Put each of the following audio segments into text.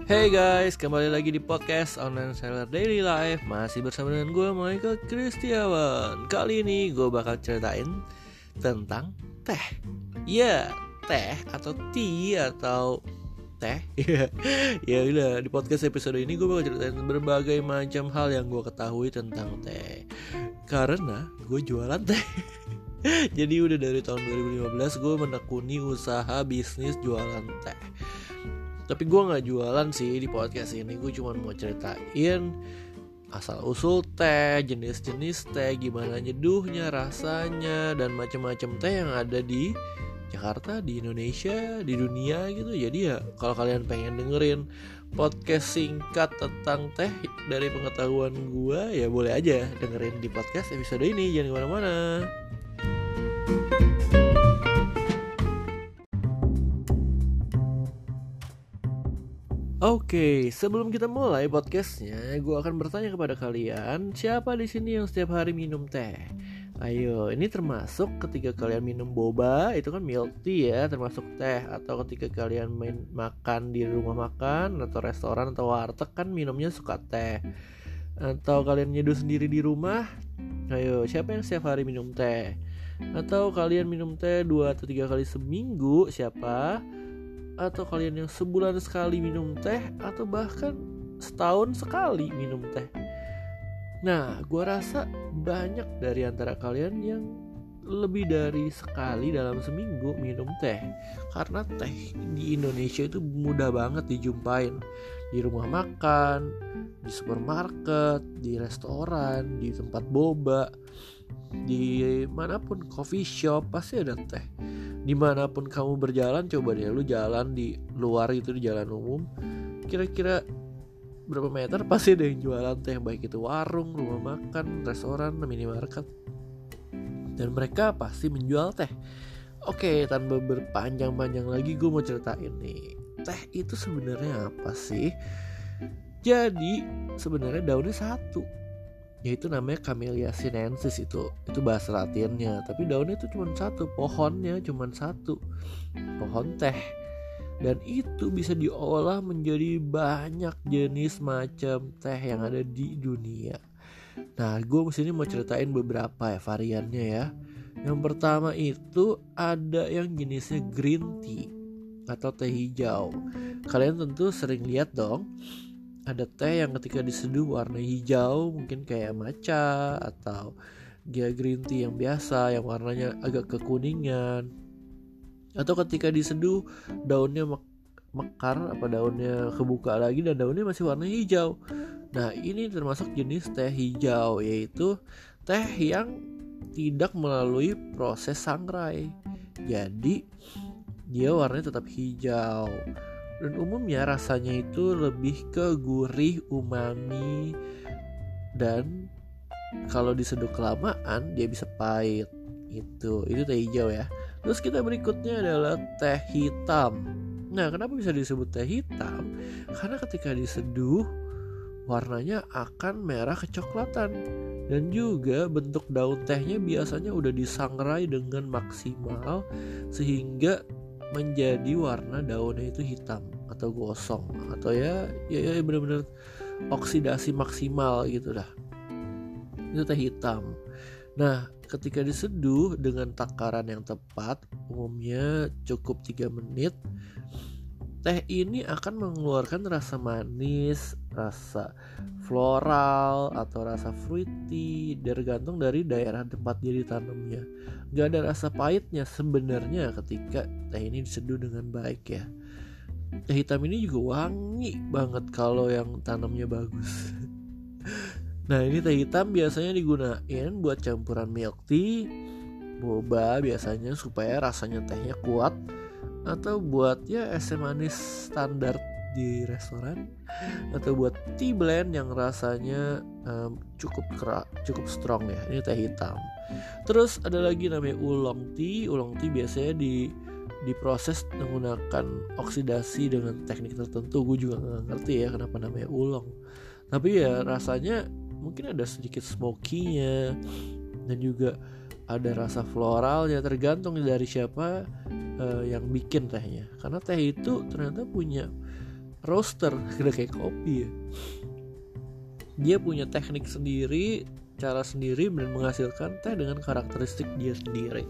Hey guys, kembali lagi di podcast Online Seller Daily Life. Masih bersama dengan gue, Michael Kristiawan. Kali ini gue bakal ceritain tentang teh. Ya, teh atau tea atau teh. Ya udah, di podcast episode ini gue bakal ceritain berbagai macam hal yang gue ketahui tentang teh. Karena gue jualan teh. Jadi udah dari tahun 2015 gue menekuni usaha bisnis jualan teh. Tapi gue gak jualan sih di podcast ini. Gue cuma mau ceritain asal-usul teh, jenis-jenis teh, gimana nyeduhnya, rasanya, dan macam-macam teh yang ada di Jakarta, di Indonesia, di dunia gitu. Jadi ya kalau kalian pengen dengerin podcast singkat tentang teh dari pengetahuan gue, ya boleh aja dengerin di podcast episode ini. Jangan kemana-mana. Oke, sebelum kita mulai podcastnya, gue akan bertanya kepada kalian, siapa di sini yang setiap hari minum teh? Ayo, ini termasuk ketika kalian minum boba, itu kan milk tea ya, termasuk teh. Atau ketika kalian makan di rumah makan, atau restoran, atau warteg kan minumnya suka teh. Atau kalian nyeduh sendiri di rumah, ayo, siapa yang setiap hari minum teh? Atau kalian minum teh 2 atau 3 kali seminggu, siapa? Atau kalian yang sebulan sekali minum teh, atau bahkan setahun sekali minum teh. Nah, gue rasa banyak dari antara kalian yang lebih dari sekali dalam seminggu minum teh. Karena teh di Indonesia itu mudah banget dijumpain. Di rumah makan, di supermarket, di restoran, di tempat boba, di manapun, coffee shop, pasti ada teh. Dimanapun kamu berjalan, coba deh lu jalan di luar gitu, di jalan umum, kira-kira berapa meter pasti ada yang jualan teh, baik itu warung, rumah makan, restoran, minimarket, dan mereka pasti menjual teh. Oke, tanpa berpanjang-panjang lagi, gue mau ceritain nih, teh itu sebenarnya apa sih? Jadi sebenarnya daunnya satu, yaitu namanya Camellia sinensis. Itu bahasa latinnya, tapi daunnya itu cuma satu, pohonnya cuma satu, pohon teh. Dan itu bisa diolah menjadi banyak jenis macam teh yang ada di dunia. Nah, gue sini mau ceritain beberapa ya variannya ya. Yang pertama itu ada yang jenisnya green tea atau teh hijau. Kalian tentu sering lihat dong, ada teh yang ketika diseduh warna hijau, mungkin kayak matcha, atau dia green tea yang biasa yang warnanya agak kekuningan. Atau ketika diseduh daunnya mekar, daunnya kebuka lagi dan daunnya masih warna hijau. Nah, ini termasuk jenis teh hijau, yaitu teh yang tidak melalui proses sangrai. Jadi dia warnanya tetap hijau. Dan umumnya rasanya itu lebih ke gurih, umami, dan kalau diseduh kelamaan dia bisa pahit. Itu teh hijau ya. Terus kita berikutnya adalah teh hitam. Nah, kenapa bisa disebut teh hitam? Karena ketika diseduh warnanya akan merah kecoklatan, dan juga bentuk daun tehnya biasanya udah disangrai dengan maksimal sehingga menjadi warna daunnya itu hitam atau gosong, atau ya benar-benar oksidasi maksimal gitu dah. Itu teh hitam. Nah, ketika diseduh dengan takaran yang tepat, umumnya cukup 3 menit, teh ini akan mengeluarkan rasa manis, rasa floral, atau rasa fruity, tergantung dari daerah tempat dia ditanamnya. Gak ada rasa pahitnya sebenarnya ketika teh ini diseduh dengan baik ya. Teh hitam ini juga wangi banget kalau yang tanamnya bagus. Nah, ini teh hitam biasanya digunain buat campuran milk tea, boba biasanya supaya rasanya tehnya kuat, atau buat ya es manis standar di restoran, atau buat tea blend yang rasanya cukup strong ya. Ini teh hitam. Terus ada lagi namanya oolong tea. Oolong tea biasanya diproses menggunakan oksidasi dengan teknik tertentu. Gue juga nggak ngerti ya kenapa namanya oolong. Tapi ya rasanya mungkin ada sedikit smoky-nya, dan juga ada rasa floralnya, tergantung dari siapa yang bikin tehnya. Karena teh itu ternyata punya roaster, udah kayak kopi ya. Dia punya teknik sendiri, cara sendiri, dan menghasilkan teh dengan karakteristik dia sendiri.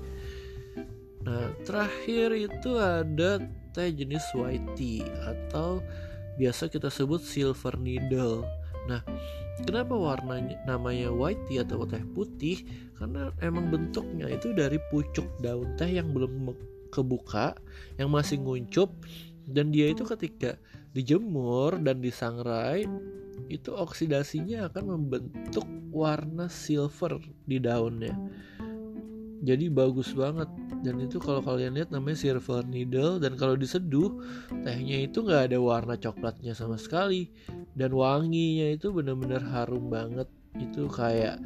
Nah, terakhir itu ada teh jenis white tea atau biasa kita sebut silver needle. Nah, kenapa warnanya namanya white tea atau teh putih? Karena emang bentuknya itu dari pucuk daun teh yang belum kebuka, yang masih nguncup, dan dia itu ketika dijemur dan disangrai itu oksidasinya akan membentuk warna silver di daunnya. Jadi bagus banget. Dan itu kalau kalian lihat namanya silver needle. Dan kalau diseduh, tehnya itu gak ada warna coklatnya sama sekali. Dan wanginya itu benar-benar harum banget. Itu kayak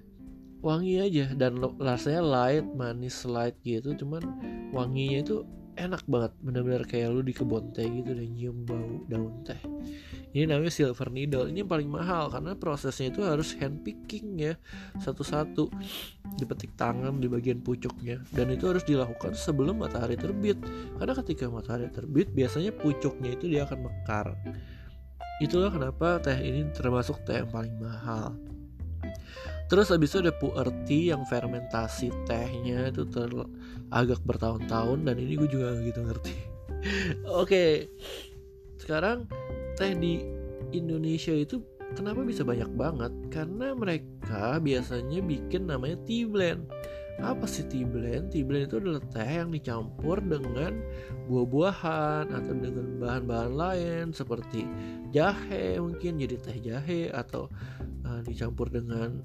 wangi aja. Dan rasanya light, manis light gitu. Cuman wanginya itu enak banget. Benar-benar kayak lu di kebun teh gitu dan nyium bau daun teh. Ini namanya silver needle. Ini yang paling mahal karena prosesnya itu harus hand picking ya, satu-satu dipetik tangan di bagian pucuknya. Dan itu harus dilakukan sebelum matahari terbit. Karena ketika matahari terbit biasanya pucuknya itu dia akan mekar. Itulah kenapa teh ini termasuk teh yang paling mahal. Terus habis itu ada pu'er tea yang fermentasi tehnya itu agak bertahun-tahun. Dan ini gue juga gak gitu ngerti. Oke. Sekarang teh di Indonesia itu kenapa bisa banyak banget? Karena mereka biasanya bikin namanya tea blend. Apa sih tea blend? Tea blend itu adalah teh yang dicampur dengan buah-buahan atau dengan bahan-bahan lain seperti jahe, mungkin jadi teh jahe, atau dicampur dengan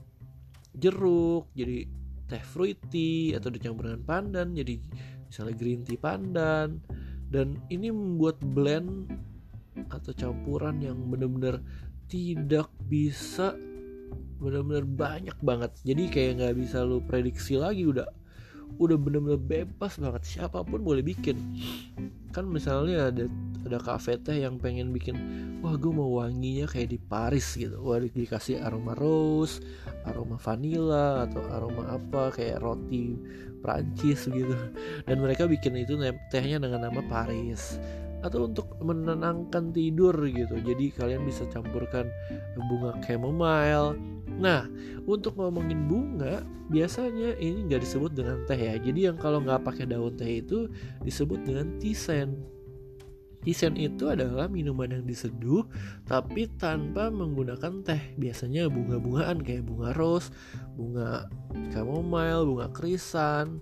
jeruk jadi teh fruity, atau dicampur dengan pandan jadi misalnya green tea pandan. Dan ini membuat blend atau campuran yang benar-benar tidak bisa, benar-benar banyak banget. Jadi kayak nggak bisa lu prediksi lagi, udah benar-benar bebas banget, siapapun boleh bikin. Kan misalnya ada kafe teh yang pengen bikin, wah gue mau wanginya kayak di Paris gitu, wah dikasih aroma rose, aroma vanilla, atau aroma apa kayak roti Prancis gitu. Dan mereka bikin itu tehnya dengan nama Paris. Atau untuk menenangkan tidur gitu, jadi kalian bisa campurkan bunga chamomile. Nah, untuk ngomongin bunga, biasanya ini nggak disebut dengan teh ya. Jadi yang kalau nggak pakai daun teh itu disebut dengan tisane. Tisane itu adalah minuman yang diseduh tapi tanpa menggunakan teh. Biasanya bunga-bungaan kayak bunga rose, bunga chamomile, bunga krisan.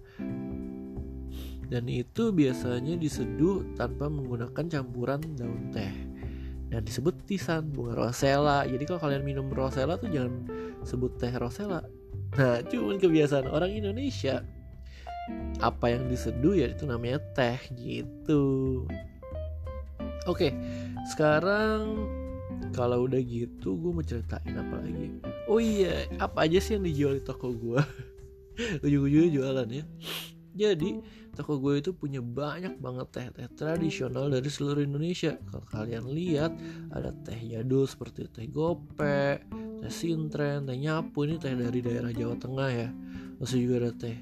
Dan itu biasanya diseduh tanpa menggunakan campuran daun teh. Dan disebut tisane, bunga rosella. Jadi kalau kalian minum rosella tuh jangan sebut teh rosella. Nah, cuman kebiasaan orang Indonesia, apa yang diseduh ya itu namanya teh gitu. Oke, sekarang kalau udah gitu gue mau ceritain apa lagi. Oh iya, apa aja sih yang dijual di toko gue? Ujung-ujungnya jualan ya. Jadi toko gue itu punya banyak banget teh-teh tradisional dari seluruh Indonesia. Kalau kalian lihat ada teh jadul seperti teh gope, teh sintren, teh nyapu. Ini teh dari daerah Jawa Tengah ya. Terus juga ada teh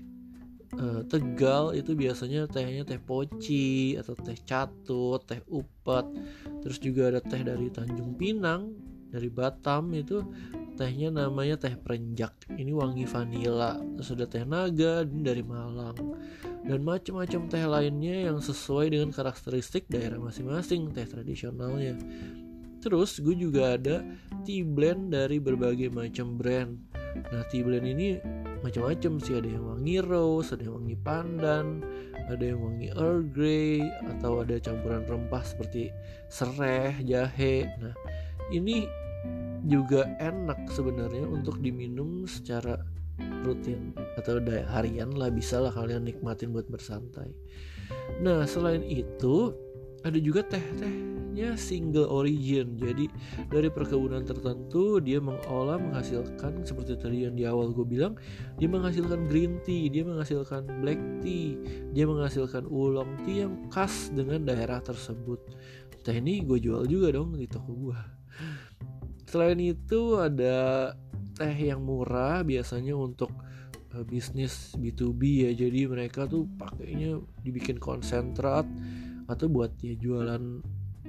Tegal, itu biasanya tehnya teh poci atau teh catut, teh upet. Terus juga ada teh dari Tanjung Pinang, dari Batam, itu tehnya namanya teh perenjak. Ini wangi vanila. Terus ada teh naga dari Malang. Dan macam-macam teh lainnya yang sesuai dengan karakteristik daerah masing-masing, teh tradisionalnya. Terus gue juga ada tea blend dari berbagai macam brand. Nah, tea blend ini macam-macam sih, ada yang wangi rose, ada yang wangi pandan, ada yang wangi Earl Grey, atau ada campuran rempah seperti sereh, jahe. Nah, ini juga enak sebenarnya untuk diminum secara rutin atau harian lah, bisa lah kalian nikmatin buat bersantai. Nah, selain itu ada juga teh-tehnya single origin. Jadi dari perkebunan tertentu dia menghasilkan seperti tadi yang di awal gue bilang, dia menghasilkan green tea, dia menghasilkan black tea, dia menghasilkan oolong tea yang khas dengan daerah tersebut. Teh ini gue jual juga dong di toko gue. Selain itu ada teh yang murah biasanya untuk bisnis B2B ya. Jadi mereka tuh pakainya dibikin konsentrat atau buat dia jualan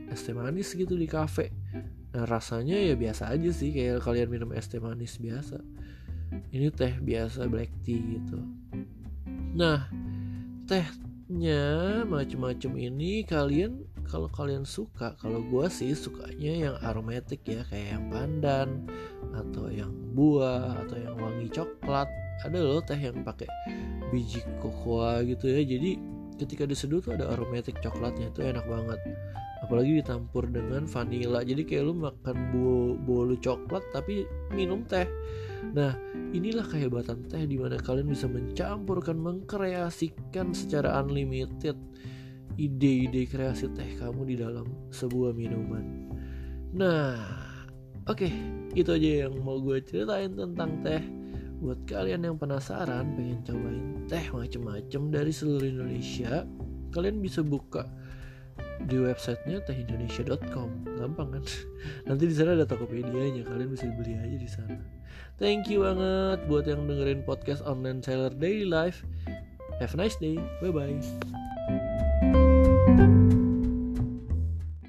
es teh manis gitu di kafe. Nah rasanya ya biasa aja sih, kayak kalian minum es teh manis biasa. Ini teh biasa black tea gitu. Nah tehnya macem-macem ini kalau kalian suka, kalau gue sih sukanya yang aromatik ya, kayak yang pandan atau yang buah atau yang wangi coklat. Ada loh teh yang pakai biji kokoa gitu ya, jadi ketika diseduh tuh ada aromatik coklatnya, itu enak banget. Apalagi ditampur dengan vanila, jadi kayak lu makan bolu coklat tapi minum teh. Nah inilah kehebatan teh, dimana kalian bisa mencampurkan, mengkreasikan secara unlimited ide-ide kreasi teh kamu di dalam sebuah minuman. Nah oke, itu aja yang mau gue ceritain tentang teh. Buat kalian yang penasaran pengen cobain teh macem-macem dari seluruh Indonesia, kalian bisa buka di websitenya tehindonesia.com, gampang kan? Nanti di sana ada Tokopedia-nya, kalian bisa beli aja di sana. Thank you banget buat yang dengerin podcast Online Seller Daily Life. Have a nice day, bye bye.